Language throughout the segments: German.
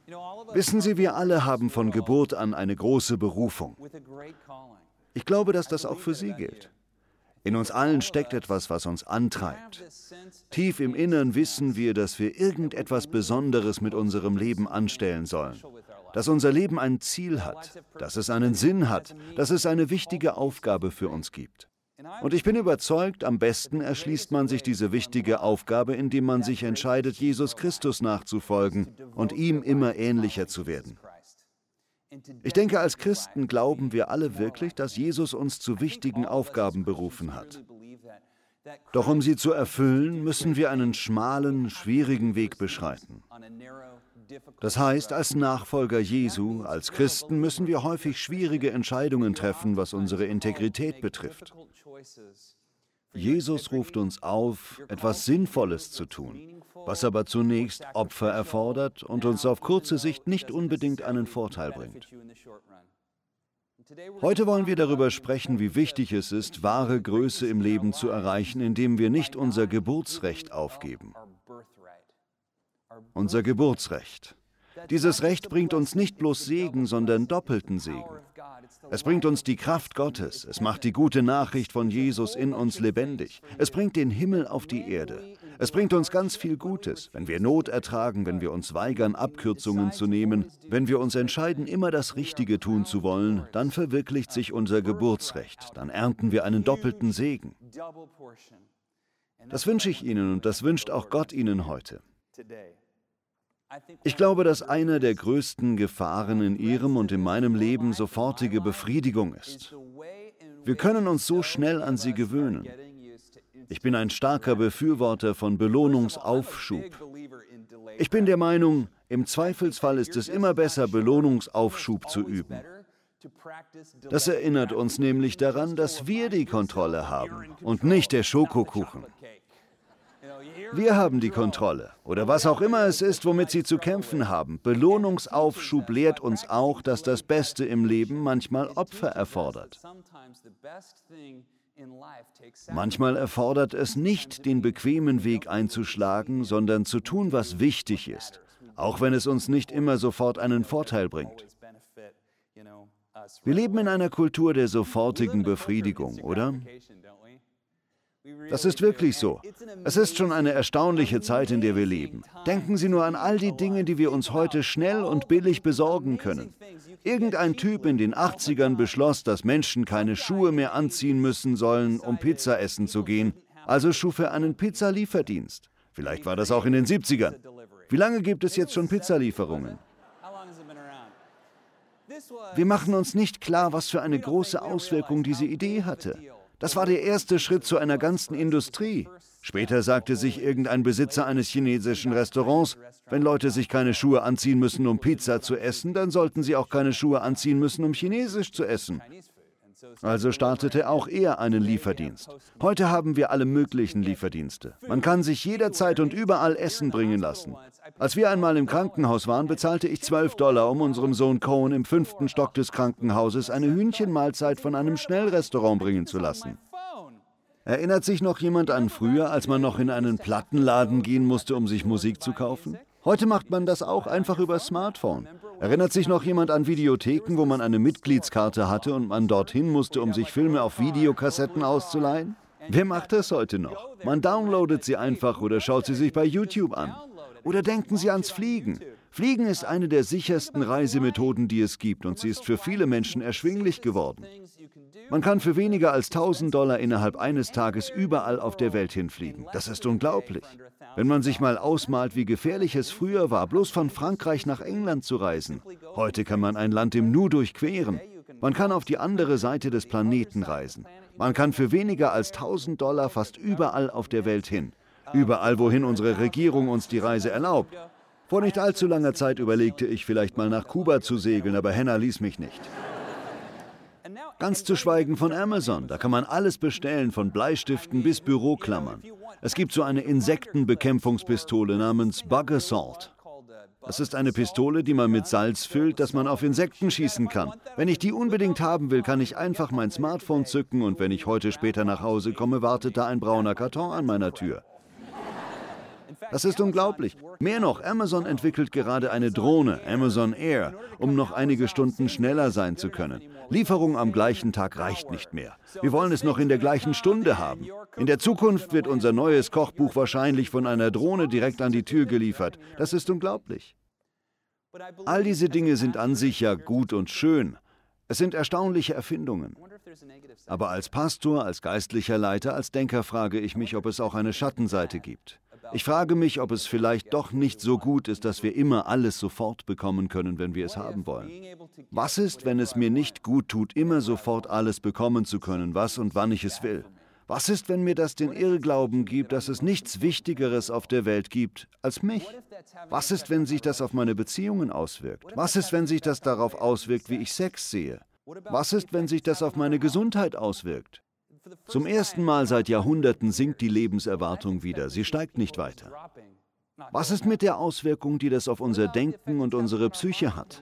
Wissen Sie, wir alle haben von Geburt an eine große Berufung. Ich glaube, dass das auch für Sie gilt. In uns allen steckt etwas, was uns antreibt. Tief im Innern wissen wir, dass wir irgendetwas Besonderes mit unserem Leben anstellen sollen. Dass unser Leben ein Ziel hat, dass es einen Sinn hat, dass es eine wichtige Aufgabe für uns gibt. Und ich bin überzeugt, am besten erschließt man sich diese wichtige Aufgabe, indem man sich entscheidet, Jesus Christus nachzufolgen und ihm immer ähnlicher zu werden. Ich denke, als Christen glauben wir alle wirklich, dass Jesus uns zu wichtigen Aufgaben berufen hat. Doch um sie zu erfüllen, müssen wir einen schmalen, schwierigen Weg beschreiten. Das heißt, als Nachfolger Jesu, als Christen müssen wir häufig schwierige Entscheidungen treffen, was unsere Integrität betrifft. Jesus ruft uns auf, etwas Sinnvolles zu tun, was aber zunächst Opfer erfordert und uns auf kurze Sicht nicht unbedingt einen Vorteil bringt. Heute wollen wir darüber sprechen, wie wichtig es ist, wahre Größe im Leben zu erreichen, indem wir nicht unser Geburtsrecht aufgeben. Unser Geburtsrecht. Dieses Recht bringt uns nicht bloß Segen, sondern doppelten Segen. Es bringt uns die Kraft Gottes. Es macht die gute Nachricht von Jesus in uns lebendig. Es bringt den Himmel auf die Erde. Es bringt uns ganz viel Gutes, wenn wir Not ertragen, wenn wir uns weigern, Abkürzungen zu nehmen, wenn wir uns entscheiden, immer das Richtige tun zu wollen, dann verwirklicht sich unser Geburtsrecht. Dann ernten wir einen doppelten Segen. Das wünsche ich Ihnen und das wünscht auch Gott Ihnen heute. Ich glaube, dass eine der größten Gefahren in Ihrem und in meinem Leben sofortige Befriedigung ist. Wir können uns so schnell an sie gewöhnen. Ich bin ein starker Befürworter von Belohnungsaufschub. Ich bin der Meinung, im Zweifelsfall ist es immer besser, Belohnungsaufschub zu üben. Das erinnert uns nämlich daran, dass wir die Kontrolle haben und nicht der Schokokuchen. Wir haben die Kontrolle oder was auch immer es ist, womit Sie zu kämpfen haben. Belohnungsaufschub lehrt uns auch, dass das Beste im Leben manchmal Opfer erfordert. Manchmal erfordert es nicht, den bequemen Weg einzuschlagen, sondern zu tun, was wichtig ist, auch wenn es uns nicht immer sofort einen Vorteil bringt. Wir leben in einer Kultur der sofortigen Befriedigung, oder? Das ist wirklich so. Es ist schon eine erstaunliche Zeit, in der wir leben. Denken Sie nur an all die Dinge, die wir uns heute schnell und billig besorgen können. Irgendein Typ in den 80ern beschloss, dass Menschen keine Schuhe mehr anziehen müssen sollen, um Pizza essen zu gehen. Also schuf er einen Pizzalieferdienst. Vielleicht war das auch in den 70ern. Wie lange gibt es jetzt schon Pizzalieferungen? Wir machen uns nicht klar, was für eine große Auswirkung diese Idee hatte. Das war der erste Schritt zu einer ganzen Industrie. Später sagte sich irgendein Besitzer eines chinesischen Restaurants, wenn Leute sich keine Schuhe anziehen müssen, um Pizza zu essen, dann sollten sie auch keine Schuhe anziehen müssen, um Chinesisch zu essen. Also startete auch er einen Lieferdienst. Heute haben wir alle möglichen Lieferdienste. Man kann sich jederzeit und überall Essen bringen lassen. Als wir einmal im Krankenhaus waren, bezahlte ich $12, um unserem Sohn Cohen im 5. Stock des Krankenhauses eine Hühnchenmahlzeit von einem Schnellrestaurant bringen zu lassen. Erinnert sich noch jemand an früher, als man noch in einen Plattenladen gehen musste, um sich Musik zu kaufen? Heute macht man das auch einfach über Smartphone. Erinnert sich noch jemand an Videotheken, wo man eine Mitgliedskarte hatte und man dorthin musste, um sich Filme auf Videokassetten auszuleihen? Wer macht das heute noch? Man downloadet sie einfach oder schaut sie sich bei YouTube an. Oder denken Sie ans Fliegen. Fliegen ist eine der sichersten Reisemethoden, die es gibt, und sie ist für viele Menschen erschwinglich geworden. Man kann für weniger als $1000 innerhalb eines Tages überall auf der Welt hinfliegen. Das ist unglaublich. Wenn man sich mal ausmalt, wie gefährlich es früher war, bloß von Frankreich nach England zu reisen. Heute kann man ein Land im Nu durchqueren. Man kann auf die andere Seite des Planeten reisen. Man kann für weniger als $1000 fast überall auf der Welt hin. Überall, wohin unsere Regierung uns die Reise erlaubt. Vor nicht allzu langer Zeit überlegte ich, vielleicht mal nach Kuba zu segeln, aber Hannah ließ mich nicht. Ganz zu schweigen von Amazon, da kann man alles bestellen, von Bleistiften bis Büroklammern. Es gibt so eine Insektenbekämpfungspistole namens Bug Assault. Das ist eine Pistole, die man mit Salz füllt, dass man auf Insekten schießen kann. Wenn ich die unbedingt haben will, kann ich einfach mein Smartphone zücken und wenn ich heute später nach Hause komme, wartet da ein brauner Karton an meiner Tür. Das ist unglaublich. Mehr noch, Amazon entwickelt gerade eine Drohne, Amazon Air, um noch einige Stunden schneller sein zu können. Lieferung am gleichen Tag reicht nicht mehr. Wir wollen es noch in der gleichen Stunde haben. In der Zukunft wird unser neues Kochbuch wahrscheinlich von einer Drohne direkt an die Tür geliefert. Das ist unglaublich. All diese Dinge sind an sich ja gut und schön. Es sind erstaunliche Erfindungen. Aber als Pastor, als geistlicher Leiter, als Denker frage ich mich, ob es auch eine Schattenseite gibt. Ich frage mich, ob es vielleicht doch nicht so gut ist, dass wir immer alles sofort bekommen können, wenn wir es haben wollen. Was ist, wenn es mir nicht gut tut, immer sofort alles bekommen zu können, was und wann ich es will? Was ist, wenn mir das den Irrglauben gibt, dass es nichts Wichtigeres auf der Welt gibt als mich? Was ist, wenn sich das auf meine Beziehungen auswirkt? Was ist, wenn sich das darauf auswirkt, wie ich Sex sehe? Was ist, wenn sich das auf meine Gesundheit auswirkt? Zum ersten Mal seit Jahrhunderten sinkt die Lebenserwartung wieder, sie steigt nicht weiter. Was ist mit der Auswirkung, die das auf unser Denken und unsere Psyche hat?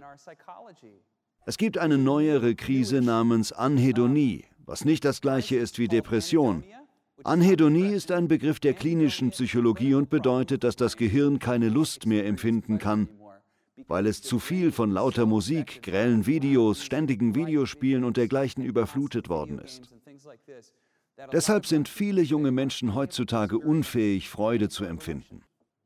Es gibt eine neuere Krise namens Anhedonie, was nicht das gleiche ist wie Depression. Anhedonie ist ein Begriff der klinischen Psychologie und bedeutet, dass das Gehirn keine Lust mehr empfinden kann, weil es zu viel von lauter Musik, grellen Videos, ständigen Videospielen und dergleichen überflutet worden ist. Deshalb sind viele junge Menschen heutzutage unfähig, Freude zu empfinden.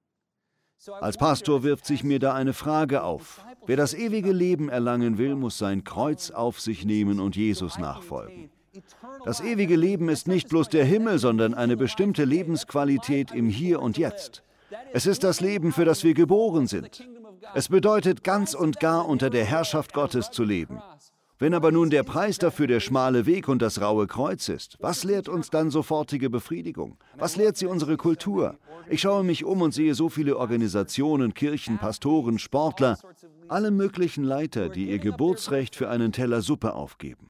Als Pastor wirft sich mir da eine Frage auf. Wer das ewige Leben erlangen will, muss sein Kreuz auf sich nehmen und Jesus nachfolgen. Das ewige Leben ist nicht bloß der Himmel, sondern eine bestimmte Lebensqualität im Hier und Jetzt. Es ist das Leben, für das wir geboren sind. Es bedeutet, ganz und gar unter der Herrschaft Gottes zu leben. Wenn aber nun der Preis dafür der schmale Weg und das raue Kreuz ist, was lehrt uns dann sofortige Befriedigung? Was lehrt sie unsere Kultur? Ich schaue mich um und sehe so viele Organisationen, Kirchen, Pastoren, Sportler, alle möglichen Leiter, die ihr Geburtsrecht für einen Teller Suppe aufgeben.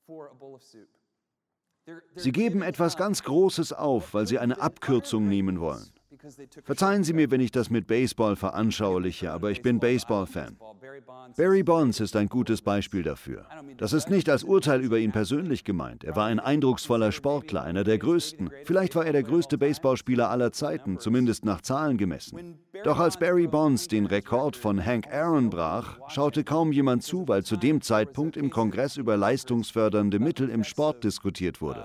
Sie geben etwas ganz Großes auf, weil sie eine Abkürzung nehmen wollen. Verzeihen Sie mir, wenn ich das mit Baseball veranschauliche, aber ich bin Baseball-Fan. Barry Bonds ist ein gutes Beispiel dafür. Das ist nicht als Urteil über ihn persönlich gemeint. Er war ein eindrucksvoller Sportler, einer der größten. Vielleicht war er der größte Baseballspieler aller Zeiten, zumindest nach Zahlen gemessen. Doch als Barry Bonds den Rekord von Hank Aaron brach, schaute kaum jemand zu, weil zu dem Zeitpunkt im Kongress über leistungsfördernde Mittel im Sport diskutiert wurde.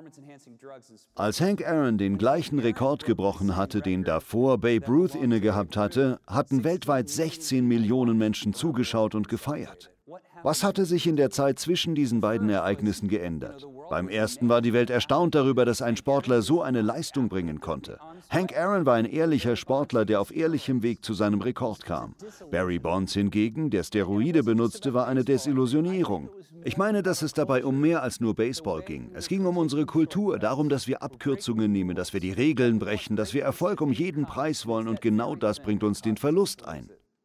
Als Hank Aaron den gleichen Rekord gebrochen hatte, den davor Babe Ruth innegehabt hatte, hatten weltweit 16 Millionen Menschen zugeschaut und gefeiert. Was hatte sich in der Zeit zwischen diesen beiden Ereignissen geändert? Beim ersten war die Welt erstaunt darüber, dass ein Sportler so eine Leistung bringen konnte. Hank Aaron war ein ehrlicher Sportler, der auf ehrlichem Weg zu seinem Rekord kam. Barry Bonds hingegen, der Steroide benutzte, war eine Desillusionierung. Ich meine, dass es dabei um mehr als nur Baseball ging. Es ging um unsere Kultur, darum, dass wir Abkürzungen nehmen, dass wir die Regeln brechen, dass wir Erfolg um jeden Preis wollen und genau das bringt uns den Verlust ein.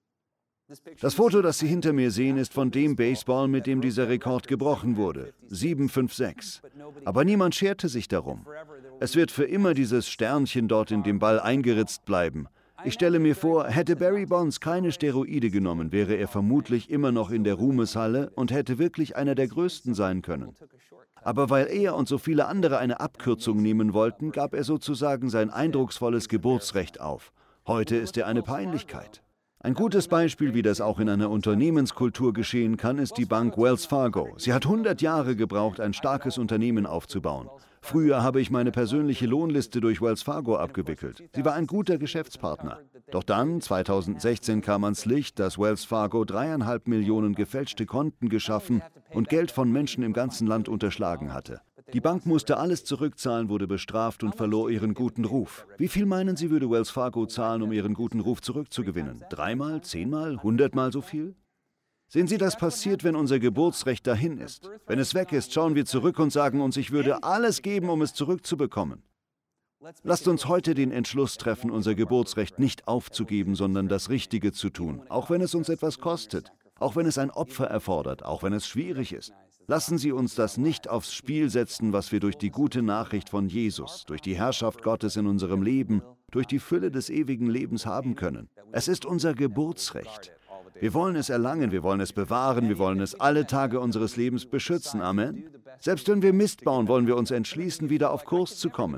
Das Foto, das Sie hinter mir sehen, ist von dem Baseball, mit dem dieser Rekord gebrochen wurde. 756. Aber niemand scherte sich darum. Es wird für immer dieses Sternchen dort in dem Ball eingeritzt bleiben. Ich stelle mir vor, hätte Barry Bonds keine Steroide genommen, wäre er vermutlich immer noch in der Ruhmeshalle und hätte wirklich einer der Größten sein können. Aber weil er und so viele andere eine Abkürzung nehmen wollten, gab er sozusagen sein eindrucksvolles Geburtsrecht auf. Heute ist er eine Peinlichkeit. Ein gutes Beispiel, wie das auch in einer Unternehmenskultur geschehen kann, ist die Bank Wells Fargo. Sie hat 100 Jahre gebraucht, ein starkes Unternehmen aufzubauen. Früher habe ich meine persönliche Lohnliste durch Wells Fargo abgewickelt. Sie war ein guter Geschäftspartner. Doch dann, 2016, kam ans Licht, dass Wells Fargo 3,5 Millionen gefälschte Konten geschaffen und Geld von Menschen im ganzen Land unterschlagen hatte. Die Bank musste alles zurückzahlen, wurde bestraft und verlor ihren guten Ruf. Wie viel meinen Sie, würde Wells Fargo zahlen, um ihren guten Ruf zurückzugewinnen? 3-mal, 10-mal, 100-mal so viel? Sehen Sie, das passiert, wenn unser Geburtsrecht dahin ist. Wenn es weg ist, schauen wir zurück und sagen uns, ich würde alles geben, um es zurückzubekommen. Lasst uns heute den Entschluss treffen, unser Geburtsrecht nicht aufzugeben, sondern das Richtige zu tun, auch wenn es uns etwas kostet, auch wenn es ein Opfer erfordert, auch wenn es schwierig ist. Lassen Sie uns das nicht aufs Spiel setzen, was wir durch die gute Nachricht von Jesus, durch die Herrschaft Gottes in unserem Leben, durch die Fülle des ewigen Lebens haben können. Es ist unser Geburtsrecht. Wir wollen es erlangen, wir wollen es bewahren, wir wollen es alle Tage unseres Lebens beschützen. Amen. Selbst wenn wir Mist bauen, wollen wir uns entschließen, wieder auf Kurs zu kommen.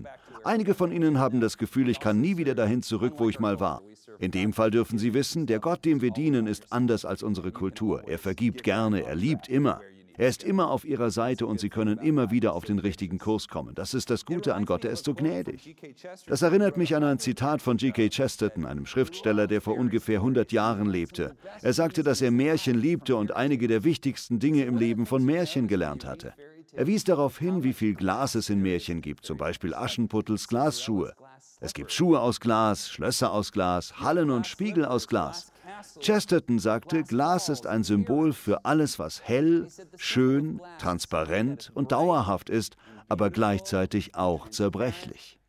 Einige von Ihnen haben das Gefühl, ich kann nie wieder dahin zurück, wo ich mal war. In dem Fall dürfen Sie wissen, der Gott, dem wir dienen, ist anders als unsere Kultur. Er vergibt gerne, er liebt immer. Er ist immer auf Ihrer Seite und Sie können immer wieder auf den richtigen Kurs kommen. Das ist das Gute an Gott, er ist so gnädig. Das erinnert mich an ein Zitat von G.K. Chesterton, einem Schriftsteller, der vor ungefähr 100 Jahren lebte. Er sagte, dass er Märchen liebte und einige der wichtigsten Dinge im Leben von Märchen gelernt hatte. Er wies darauf hin, wie viel Glas es in Märchen gibt, zum Beispiel Aschenputtels Glasschuhe. Es gibt Schuhe aus Glas, Schlösser aus Glas, Hallen und Spiegel aus Glas. Chesterton sagte, Glas ist ein Symbol für alles, was hell, schön, transparent und dauerhaft ist, aber gleichzeitig auch zerbrechlich.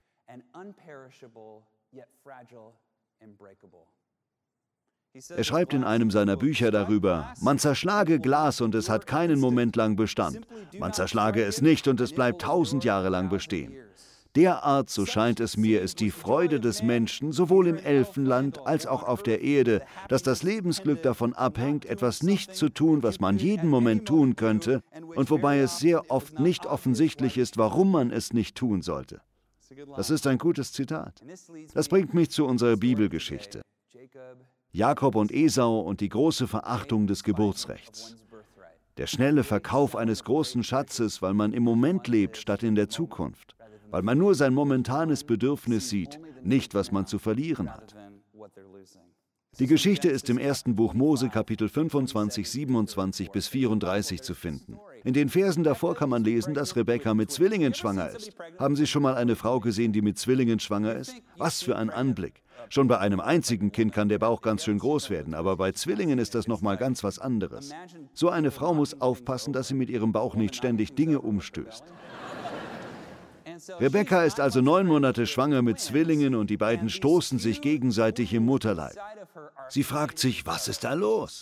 Er schreibt in einem seiner Bücher darüber, man zerschlage Glas und es hat keinen Moment lang Bestand. Man zerschlage es nicht und es bleibt 1000 Jahre lang bestehen. Derart, so scheint es mir, ist die Freude des Menschen, sowohl im Elfenland als auch auf der Erde, dass das Lebensglück davon abhängt, etwas nicht zu tun, was man jeden Moment tun könnte und wobei es sehr oft nicht offensichtlich ist, warum man es nicht tun sollte. Das ist ein gutes Zitat. Das bringt mich zu unserer Bibelgeschichte. Jakob und Esau und die große Verachtung des Geburtsrechts. Der schnelle Verkauf eines großen Schatzes, weil man im Moment lebt statt in der Zukunft. Weil man nur sein momentanes Bedürfnis sieht, nicht was man zu verlieren hat. Die Geschichte ist im ersten Buch Mose, Kapitel 25, 27 bis 34 zu finden. In den Versen davor kann man lesen, dass Rebekka mit Zwillingen schwanger ist. Haben Sie schon mal eine Frau gesehen, die mit Zwillingen schwanger ist? Was für ein Anblick! Schon bei einem einzigen Kind kann der Bauch ganz schön groß werden, aber bei Zwillingen ist das nochmal ganz was anderes. So eine Frau muss aufpassen, dass sie mit ihrem Bauch nicht ständig Dinge umstößt. Rebekka ist also 9 Monate schwanger mit Zwillingen und die beiden stoßen sich gegenseitig im Mutterleib. Sie fragt sich, was ist da los?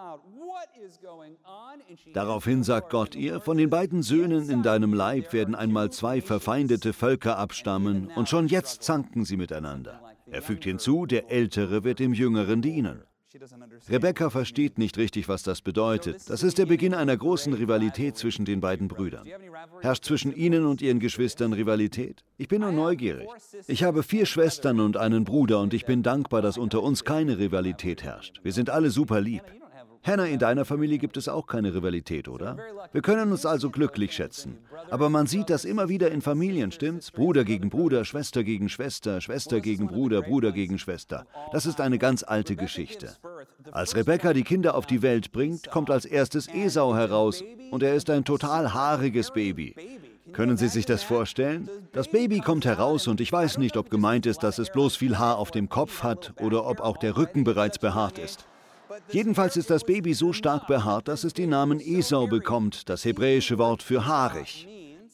Daraufhin sagt Gott ihr, von den beiden Söhnen in deinem Leib werden einmal 2 verfeindete Völker abstammen und schon jetzt zanken sie miteinander. Er fügt hinzu, der Ältere wird dem Jüngeren dienen. Rebekka versteht nicht richtig, was das bedeutet. Das ist der Beginn einer großen Rivalität zwischen den beiden Brüdern. Herrscht zwischen Ihnen und Ihren Geschwistern Rivalität? Ich bin nur neugierig. Ich habe 4 Schwestern und einen Bruder und ich bin dankbar, dass unter uns keine Rivalität herrscht. Wir sind alle super lieb. Hannah, in deiner Familie gibt es auch keine Rivalität, oder? Wir können uns also glücklich schätzen. Aber man sieht das immer wieder in Familien, stimmt's? Bruder gegen Bruder, Schwester gegen Schwester, Schwester gegen Bruder, Bruder gegen Schwester. Das ist eine ganz alte Geschichte. Als Rebekka die Kinder auf die Welt bringt, kommt als erstes Esau heraus und er ist ein total haariges Baby. Können Sie sich das vorstellen? Das Baby kommt heraus und ich weiß nicht, ob gemeint ist, dass es bloß viel Haar auf dem Kopf hat oder ob auch der Rücken bereits behaart ist. Jedenfalls ist das Baby so stark behaart, dass es den Namen Esau bekommt, das hebräische Wort für haarig.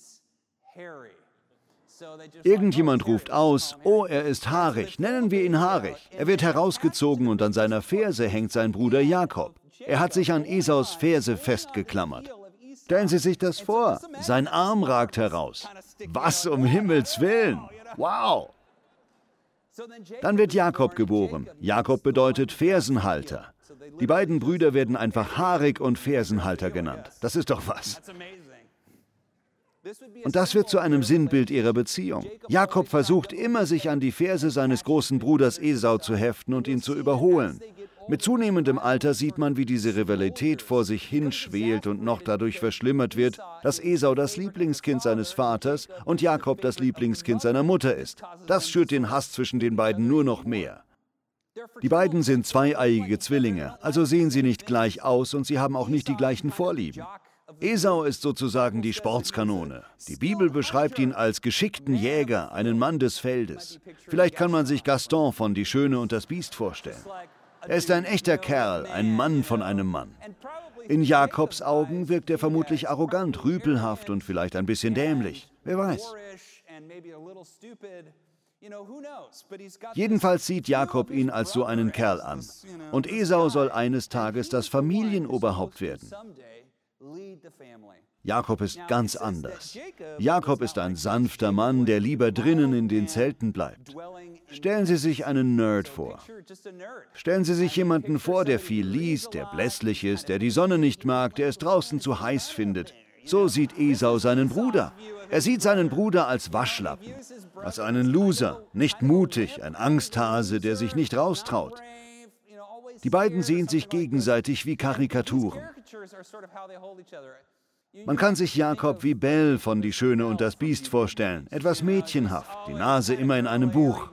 Irgendjemand ruft aus, oh, er ist haarig, nennen wir ihn haarig. Er wird herausgezogen und an seiner Ferse hängt sein Bruder Jakob. Er hat sich an Esaus Ferse festgeklammert. Stellen Sie sich das vor, sein Arm ragt heraus. Was um Himmels Willen? Wow! Dann wird Jakob geboren. Jakob bedeutet Fersenhalter. Die beiden Brüder werden einfach haarig und Fersenhalter genannt. Das ist doch was. Und das wird zu einem Sinnbild ihrer Beziehung. Jakob versucht immer, sich an die Ferse seines großen Bruders Esau zu heften und ihn zu überholen. Mit zunehmendem Alter sieht man, wie diese Rivalität vor sich hinschwelt und noch dadurch verschlimmert wird, dass Esau das Lieblingskind seines Vaters und Jakob das Lieblingskind seiner Mutter ist. Das schürt den Hass zwischen den beiden nur noch mehr. Die beiden sind zweieiige Zwillinge, also sehen sie nicht gleich aus und sie haben auch nicht die gleichen Vorlieben. Esau ist sozusagen die Sportskanone. Die Bibel beschreibt ihn als geschickten Jäger, einen Mann des Feldes. Vielleicht kann man sich Gaston von Die Schöne und das Biest vorstellen. Er ist ein echter Kerl, ein Mann von einem Mann. In Jakobs Augen wirkt er vermutlich arrogant, rüpelhaft und vielleicht ein bisschen dämlich. Wer weiß. Jedenfalls sieht Jakob ihn als so einen Kerl an. Und Esau soll eines Tages das Familienoberhaupt werden. Jakob ist ganz anders. Jakob ist ein sanfter Mann, der lieber drinnen in den Zelten bleibt. Stellen Sie sich einen Nerd vor. Stellen Sie sich jemanden vor, der viel liest, der blässlich ist, der die Sonne nicht mag, der es draußen zu heiß findet. So sieht Esau seinen Bruder. Er sieht seinen Bruder als Waschlappen. als einen Loser, nicht mutig, ein Angsthase, der sich nicht raustraut. Die beiden sehen sich gegenseitig wie Karikaturen. Man kann sich Jakob wie Belle von Die Schöne und das Biest vorstellen, etwas mädchenhaft, die Nase immer in einem Buch.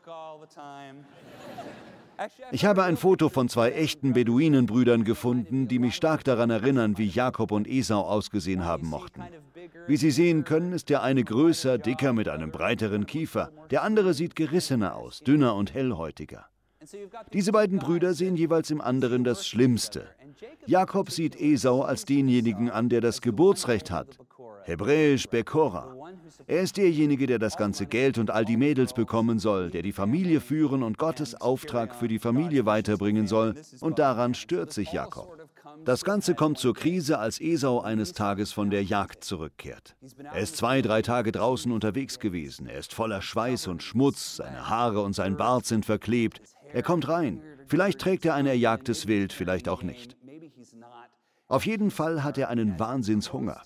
Ich habe ein Foto von zwei echten Beduinenbrüdern gefunden, die mich stark daran erinnern, wie Jakob und Esau ausgesehen haben mochten. Wie Sie sehen können, ist der eine größer, dicker mit einem breiteren Kiefer. Der andere sieht gerissener aus, dünner und hellhäutiger. Diese beiden Brüder sehen jeweils im anderen das Schlimmste. Jakob sieht Esau als denjenigen an, der das Geburtsrecht hat. Hebräisch Bekora. Er ist derjenige, der das ganze Geld und all die Mädels bekommen soll, der die Familie führen und Gottes Auftrag für die Familie weiterbringen soll. Und daran stört sich Jakob. Das Ganze kommt zur Krise, als Esau eines Tages von der Jagd zurückkehrt. Er ist 2, 3 Tage draußen unterwegs gewesen. Er ist voller Schweiß und Schmutz, seine Haare und sein Bart sind verklebt. Er kommt rein. Vielleicht trägt er ein erjagtes Wild, vielleicht auch nicht. Auf jeden Fall hat er einen Wahnsinnshunger.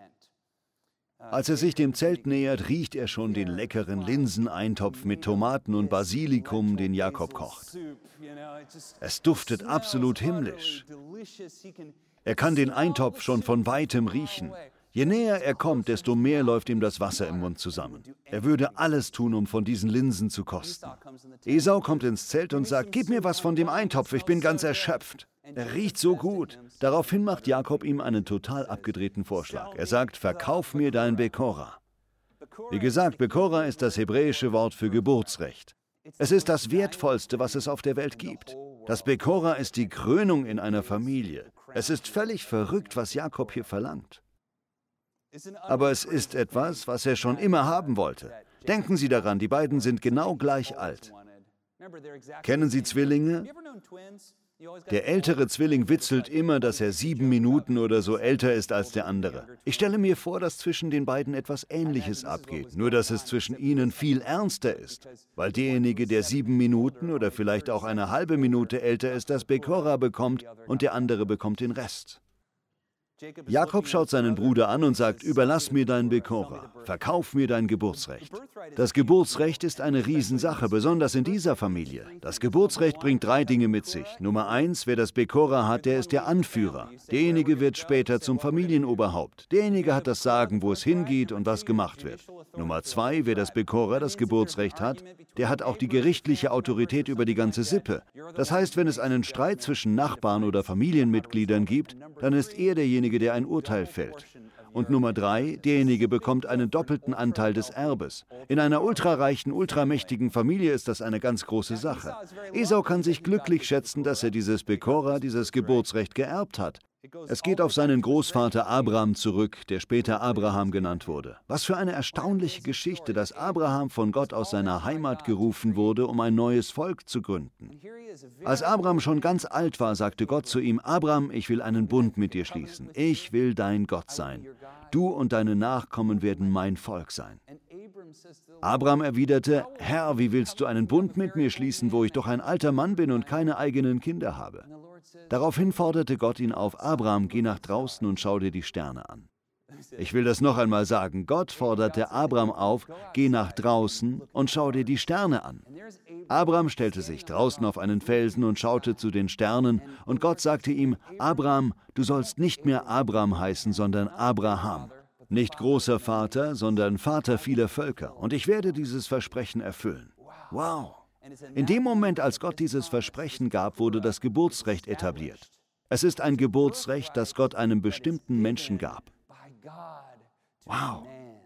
Als er sich dem Zelt nähert, riecht er schon den leckeren Linseneintopf mit Tomaten und Basilikum, den Jakob kocht. Es duftet absolut himmlisch. Er kann den Eintopf schon von weitem riechen. Je näher er kommt, desto mehr läuft ihm das Wasser im Mund zusammen. Er würde alles tun, um von diesen Linsen zu kosten. Esau kommt ins Zelt und sagt, gib mir was von dem Eintopf, ich bin ganz erschöpft. Er riecht so gut. Daraufhin macht Jakob ihm einen total abgedrehten Vorschlag. Er sagt, verkauf mir dein Bekora. Wie gesagt, Bekora ist das hebräische Wort für Geburtsrecht. Es ist das Wertvollste, was es auf der Welt gibt. Das Bekora ist die Krönung in einer Familie. Es ist völlig verrückt, was Jakob hier verlangt. Aber es ist etwas, was er schon immer haben wollte. Denken Sie daran, die beiden sind genau gleich alt. Kennen Sie Zwillinge? Der ältere Zwilling witzelt immer, dass er 7 Minuten oder so älter ist als der andere. Ich stelle mir vor, dass zwischen den beiden etwas Ähnliches abgeht, nur dass es zwischen ihnen viel ernster ist. Weil derjenige, der 7 Minuten oder vielleicht auch eine halbe Minute älter ist, das Bekora bekommt und der andere bekommt den Rest. Jakob schaut seinen Bruder an und sagt, überlass mir dein Bekora, verkauf mir dein Geburtsrecht. Das Geburtsrecht ist eine Riesensache, besonders in dieser Familie. Das Geburtsrecht bringt 3 Dinge mit sich. Nummer 1, wer das Bekora hat, der ist der Anführer. Derjenige wird später zum Familienoberhaupt. Derjenige hat das Sagen, wo es hingeht und was gemacht wird. Nummer 2, wer das Bekora, das Geburtsrecht hat, der hat auch die gerichtliche Autorität über die ganze Sippe. Das heißt, wenn es einen Streit zwischen Nachbarn oder Familienmitgliedern gibt, dann ist er derjenige, der ein Urteil fällt. Und Nummer 3, derjenige bekommt einen doppelten Anteil des Erbes. In einer ultrareichen, ultramächtigen Familie ist das eine ganz große Sache. Esau kann sich glücklich schätzen, dass er dieses Bekora, dieses Geburtsrecht geerbt hat. Es geht auf seinen Großvater Abraham zurück, der später Abraham genannt wurde. Was für eine erstaunliche Geschichte, dass Abraham von Gott aus seiner Heimat gerufen wurde, um ein neues Volk zu gründen. Als Abraham schon ganz alt war, sagte Gott zu ihm, Abraham, ich will einen Bund mit dir schließen. Ich will dein Gott sein. Du und deine Nachkommen werden mein Volk sein. Abraham erwiderte, Herr, wie willst du einen Bund mit mir schließen, wo ich doch ein alter Mann bin und keine eigenen Kinder habe? Daraufhin forderte Gott ihn auf, Abraham, geh nach draußen und schau dir die Sterne an. Ich will das noch einmal sagen, Gott forderte Abraham auf, geh nach draußen und schau dir die Sterne an. Abraham stellte sich draußen auf einen Felsen und schaute zu den Sternen, und Gott sagte ihm, Abraham, du sollst nicht mehr Abraham heißen, sondern Abraham. Nicht großer Vater, sondern Vater vieler Völker, und ich werde dieses Versprechen erfüllen. Wow! In dem Moment, als Gott dieses Versprechen gab, wurde das Geburtsrecht etabliert. Es ist ein Geburtsrecht, das Gott einem bestimmten Menschen gab. Wow!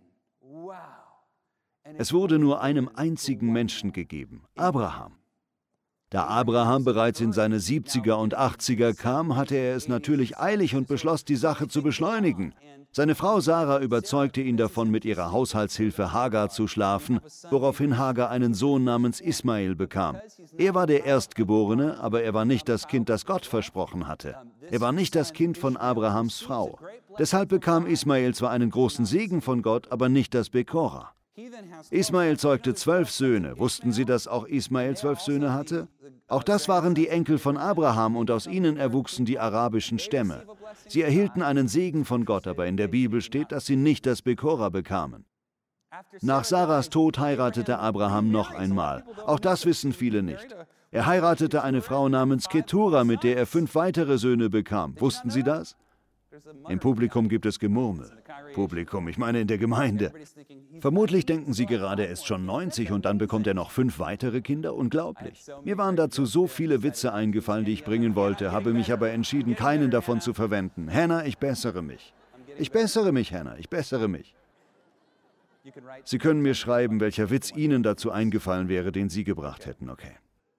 Es wurde nur einem einzigen Menschen gegeben, Abraham. Da Abraham bereits in seine 70er und 80er kam, hatte er es natürlich eilig und beschloss, die Sache zu beschleunigen. Seine Frau Sarah überzeugte ihn davon, mit ihrer Haushaltshilfe Hagar zu schlafen, woraufhin Hagar einen Sohn namens Ismael bekam. Er war der Erstgeborene, aber er war nicht das Kind, das Gott versprochen hatte. Er war nicht das Kind von Abrahams Frau. Deshalb bekam Ismael zwar einen großen Segen von Gott, aber nicht das Bekora. Ismael zeugte 12 Söhne. Wussten Sie, dass auch Ismael 12 Söhne hatte? Auch das waren die Enkel von Abraham und aus ihnen erwuchsen die arabischen Stämme. Sie erhielten einen Segen von Gott, aber in der Bibel steht, dass sie nicht das Bekora bekamen. Nach Saras Tod heiratete Abraham noch einmal. Auch das wissen viele nicht. Er heiratete eine Frau namens Ketura, mit der er 5 weitere Söhne bekam. Wussten Sie das? Im Publikum gibt es Gemurmel. Publikum, ich meine in der Gemeinde. Vermutlich denken Sie gerade, er ist schon 90 und dann bekommt er noch 5 weitere Kinder? Unglaublich. Mir waren dazu so viele Witze eingefallen, die ich bringen wollte, habe mich aber entschieden, keinen davon zu verwenden. Hannah, ich bessere mich. Ich bessere mich, Hannah, ich bessere mich. Sie können mir schreiben, welcher Witz Ihnen dazu eingefallen wäre, den Sie gebracht hätten, okay?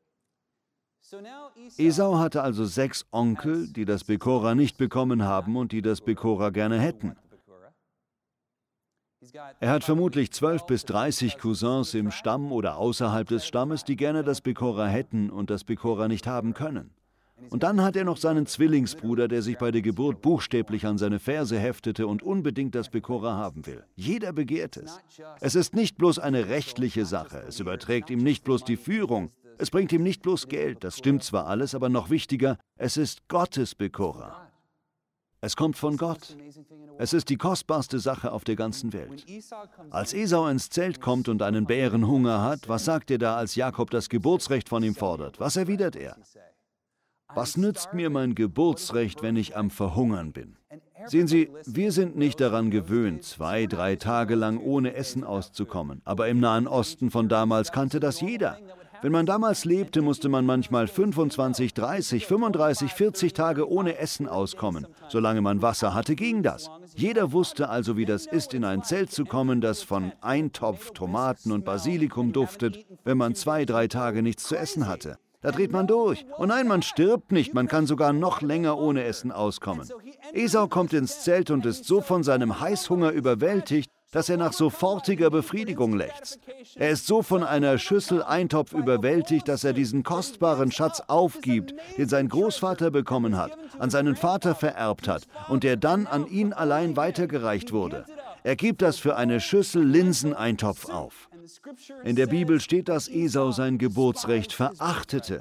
Esau hatte also 6 Onkel, die das Bekora nicht bekommen haben und die das Bekora gerne hätten. Er hat vermutlich 12 bis 30 Cousins im Stamm oder außerhalb des Stammes, die gerne das Bekora hätten und das Bekora nicht haben können. Und dann hat er noch seinen Zwillingsbruder, der sich bei der Geburt buchstäblich an seine Ferse heftete und unbedingt das Bekora haben will. Jeder begehrt es. Es ist nicht bloß eine rechtliche Sache, es überträgt ihm nicht bloß die Führung, es bringt ihm nicht bloß Geld, das stimmt zwar alles, aber noch wichtiger, es ist Gottes Bekora. Es kommt von Gott. Es ist die kostbarste Sache auf der ganzen Welt. Als Esau ins Zelt kommt und einen Bärenhunger hat, was sagt er da, als Jakob das Geburtsrecht von ihm fordert? Was erwidert er? Was nützt mir mein Geburtsrecht, wenn ich am Verhungern bin? Sehen Sie, wir sind nicht daran gewöhnt, 2, 3 Tage lang ohne Essen auszukommen. Aber im Nahen Osten von damals kannte das jeder. Wenn man damals lebte, musste man manchmal 25, 30, 35, 40 Tage ohne Essen auskommen. Solange man Wasser hatte, ging das. Jeder wusste also, wie das ist, in ein Zelt zu kommen, das von Eintopf, Tomaten und Basilikum duftet, wenn man 2, 3 Tage nichts zu essen hatte. Da dreht man durch. Und nein, man stirbt nicht, man kann sogar noch länger ohne Essen auskommen. Esau kommt ins Zelt und ist so von seinem Heißhunger überwältigt, dass er nach sofortiger Befriedigung lechzt. Er ist so von einer Schüssel Eintopf überwältigt, dass er diesen kostbaren Schatz aufgibt, den sein Großvater bekommen hat, an seinen Vater vererbt hat und der dann an ihn allein weitergereicht wurde. Er gibt das für eine Schüssel Linseneintopf auf. In der Bibel steht, dass Esau sein Geburtsrecht verachtete.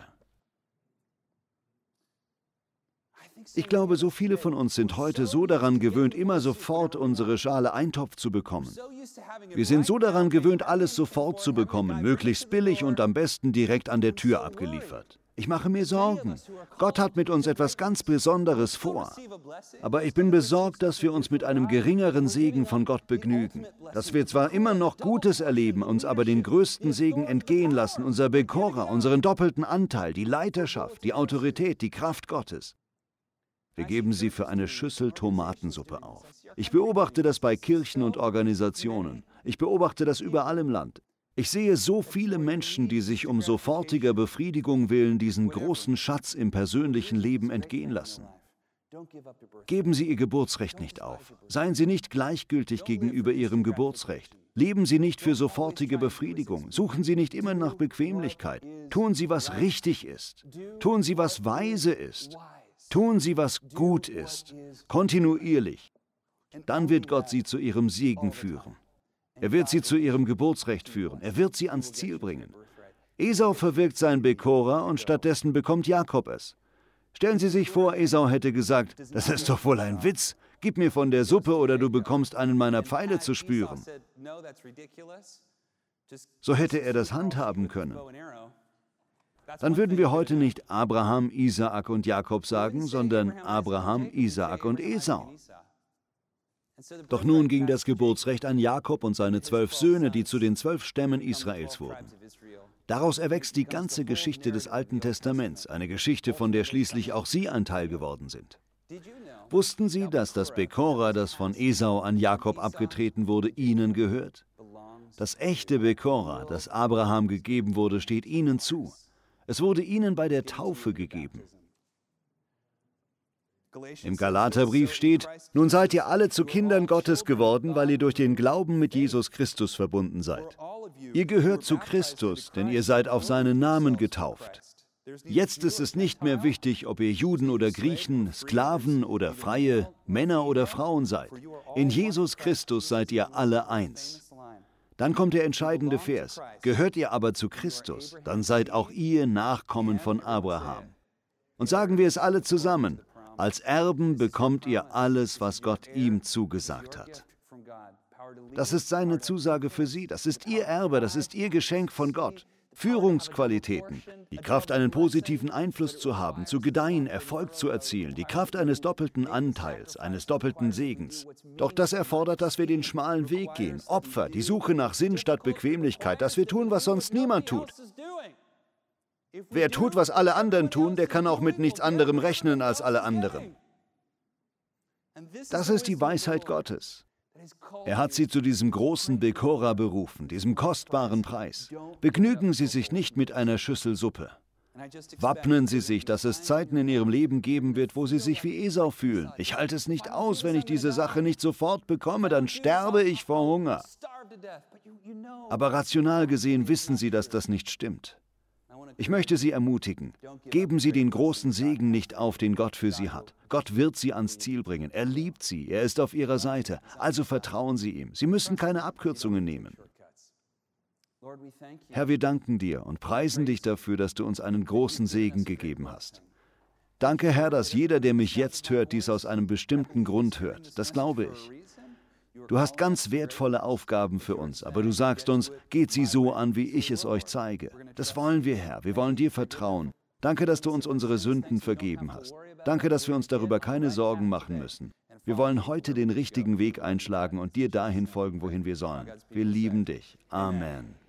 Ich glaube, so viele von uns sind heute so daran gewöhnt, immer sofort unsere Schale Eintopf zu bekommen. Wir sind so daran gewöhnt, alles sofort zu bekommen, möglichst billig und am besten direkt an der Tür abgeliefert. Ich mache mir Sorgen. Gott hat mit uns etwas ganz Besonderes vor. Aber ich bin besorgt, dass wir uns mit einem geringeren Segen von Gott begnügen. Dass wir zwar immer noch Gutes erleben, uns aber den größten Segen entgehen lassen, unser Bekora, unseren doppelten Anteil, die Leiterschaft, die Autorität, die Kraft Gottes. Wir geben sie für eine Schüssel Tomatensuppe auf. Ich beobachte das bei Kirchen und Organisationen. Ich beobachte das überall im Land. Ich sehe so viele Menschen, die sich um sofortiger Befriedigung willen diesen großen Schatz im persönlichen Leben entgehen lassen. Geben Sie Ihr Geburtsrecht nicht auf. Seien Sie nicht gleichgültig gegenüber Ihrem Geburtsrecht. Leben Sie nicht für sofortige Befriedigung. Suchen Sie nicht immer nach Bequemlichkeit. Tun Sie, was richtig ist. Tun Sie, was weise ist. Tun Sie, was gut ist. Kontinuierlich. Dann wird Gott Sie zu Ihrem Segen führen. Er wird Sie zu Ihrem Geburtsrecht führen. Er wird Sie ans Ziel bringen. Esau verwirkt sein Bekora und stattdessen bekommt Jakob es. Stellen Sie sich vor, Esau hätte gesagt, das ist doch wohl ein Witz. Gib mir von der Suppe oder du bekommst einen meiner Pfeile zu spüren. So hätte er das handhaben können. Dann würden wir heute nicht Abraham, Isaak und Jakob sagen, sondern Abraham, Isaak und Esau. Doch nun ging das Geburtsrecht an Jakob und seine 12 Söhne, die zu den 12 Stämmen Israels wurden. Daraus erwächst die ganze Geschichte des Alten Testaments, eine Geschichte, von der schließlich auch Sie ein Teil geworden sind. Wussten Sie, dass das Bekora, das von Esau an Jakob abgetreten wurde, Ihnen gehört? Das echte Bekora, das Abraham gegeben wurde, steht Ihnen zu. Es wurde ihnen bei der Taufe gegeben. Im Galaterbrief steht, nun seid ihr alle zu Kindern Gottes geworden, weil ihr durch den Glauben mit Jesus Christus verbunden seid. Ihr gehört zu Christus, denn ihr seid auf seinen Namen getauft. Jetzt ist es nicht mehr wichtig, ob ihr Juden oder Griechen, Sklaven oder Freie, Männer oder Frauen seid. In Jesus Christus seid ihr alle eins. Dann kommt der entscheidende Vers. Gehört ihr aber zu Christus, dann seid auch ihr Nachkommen von Abraham. Und sagen wir es alle zusammen, als Erben bekommt ihr alles, was Gott ihm zugesagt hat. Das ist seine Zusage für Sie, das ist Ihr Erbe, das ist Ihr Geschenk von Gott. Führungsqualitäten, die Kraft, einen positiven Einfluss zu haben, zu gedeihen, Erfolg zu erzielen, die Kraft eines doppelten Anteils, eines doppelten Segens. Doch das erfordert, dass wir den schmalen Weg gehen, Opfer, die Suche nach Sinn statt Bequemlichkeit, dass wir tun, was sonst niemand tut. Wer tut, was alle anderen tun, der kann auch mit nichts anderem rechnen als alle anderen. Das ist die Weisheit Gottes. Er hat sie zu diesem großen Bekora berufen, diesem kostbaren Preis. Begnügen Sie sich nicht mit einer Schüssel Suppe. Wappnen Sie sich, dass es Zeiten in Ihrem Leben geben wird, wo Sie sich wie Esau fühlen. Ich halte es nicht aus, wenn ich diese Sache nicht sofort bekomme, dann sterbe ich vor Hunger. Aber rational gesehen wissen Sie, dass das nicht stimmt. Ich möchte Sie ermutigen, geben Sie den großen Segen nicht auf, den Gott für Sie hat. Gott wird Sie ans Ziel bringen. Er liebt Sie, er ist auf Ihrer Seite. Also vertrauen Sie ihm. Sie müssen keine Abkürzungen nehmen. Herr, wir danken dir und preisen dich dafür, dass du uns einen großen Segen gegeben hast. Danke, Herr, dass jeder, der mich jetzt hört, dies aus einem bestimmten Grund hört. Das glaube ich. Du hast ganz wertvolle Aufgaben für uns, aber du sagst uns, geht sie so an, wie ich es euch zeige. Das wollen wir, Herr. Wir wollen dir vertrauen. Danke, dass du uns unsere Sünden vergeben hast. Danke, dass wir uns darüber keine Sorgen machen müssen. Wir wollen heute den richtigen Weg einschlagen und dir dahin folgen, wohin wir sollen. Wir lieben dich. Amen.